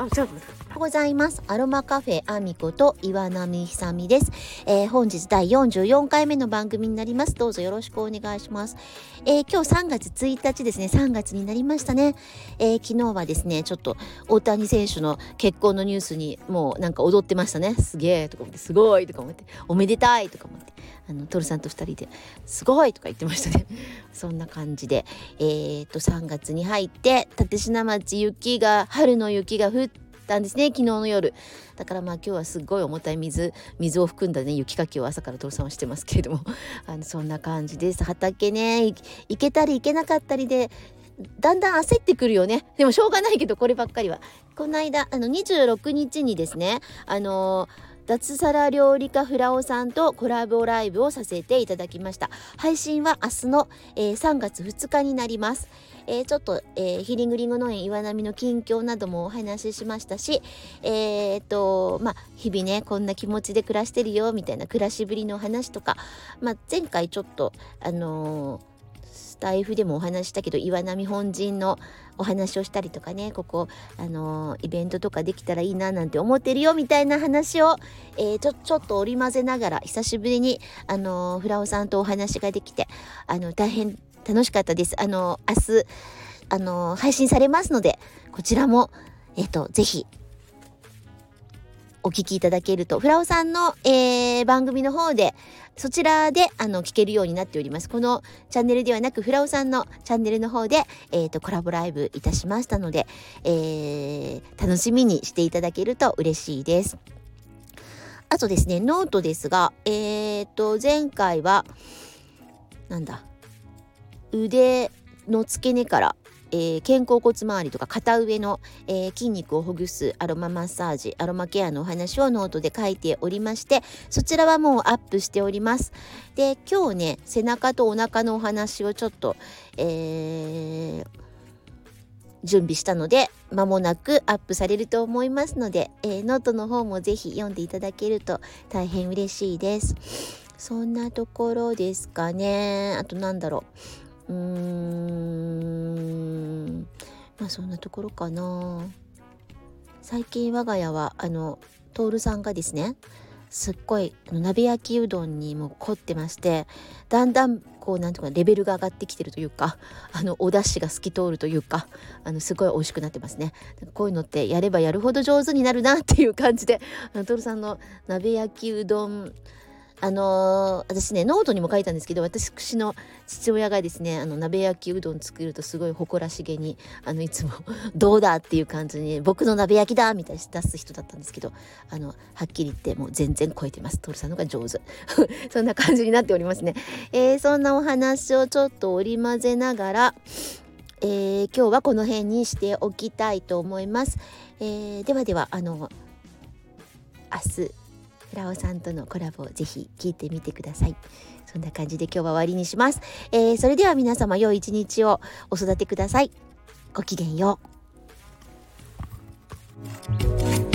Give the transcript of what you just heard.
おはようございます。アロマカフェアミコと岩波久美です。本日第44回目の番組になります。どうぞよろしくお願いします。今日3月1日ですね。3月になりましたね。昨日はですね、ちょっと大谷選手の結婚のニュースにもうなんか踊ってましたね。すげーとか思って、すごいとか思って、おめでたいとか思って、トルさんと2人ですごいとか言ってましたね。そんな感じで、3月に入って立科町春の雪が降ったんですね、昨日の夜。だから今日はすごい重たい水を含んだね雪かきを朝からトルさんはしてますけれどもそんな感じです。畑ね、行けたり行けなかったりでだんだん焦ってくるよね。でもしょうがないけど、こればっかりは。この間26日にですね、脱サラ料理家フラオさんとコラボライブをさせていただきました。配信は明日の、3月2日になります。ちょっと、ヒリングリング農園岩波の近況などもお話ししましたし、日々ねこんな気持ちで暮らしてるよみたいな暮らしぶりの話とか、前回ちょっとスタイフでもお話したけど岩波本陣のお話をしたりとかね、ここイベントとかできたらいいななんて思ってるよみたいな話を、ちょっと織り交ぜながら久しぶりにフラオさんとお話ができて大変楽しかったです。明日配信されますので、こちらもぜひお聞きいただけると、フラオさんの、番組の方でそちらで聞けるようになっております。このチャンネルではなくフラオさんのチャンネルの方で、コラボライブいたしましたので、楽しみにしていただけると嬉しいです。あとですね、ノートですが、前回は腕の付け根から、肩甲骨周りとか肩上の、筋肉をほぐすアロママッサージ、アロマケアのお話をノートで書いておりまして、そちらはもうアップしております。で、今日ね背中とお腹のお話をちょっと、準備したので間もなくアップされると思いますので、ノートの方もぜひ読んでいただけると大変嬉しいです。そんなところですかね。あとそんなところかな。最近我が家はトールさんがですね、すっごい鍋焼きうどんにも凝ってまして、だんだんこうなんとかレベルが上がってきてるというか、お出汁が透き通るというか、すごい美味しくなってますね。こういうのってやればやるほど上手になるなっていう感じで、トールさんの鍋焼きうどん、私ねノートにも書いたんですけど、私の父親がですね鍋焼きうどん作るとすごい誇らしげにいつもどうだっていう感じに僕の鍋焼きだみたいに出す人だったんですけど、はっきり言ってもう全然超えてます。トルさんのが上手そんな感じになっておりますね。そんなお話をちょっと織り交ぜながら、今日はこの辺にしておきたいと思います。では明日フラオさんとのコラボをぜひ聞いてみてください。そんな感じで今日は終わりにします。それでは皆様良い一日をお育てください。ごきげんよう。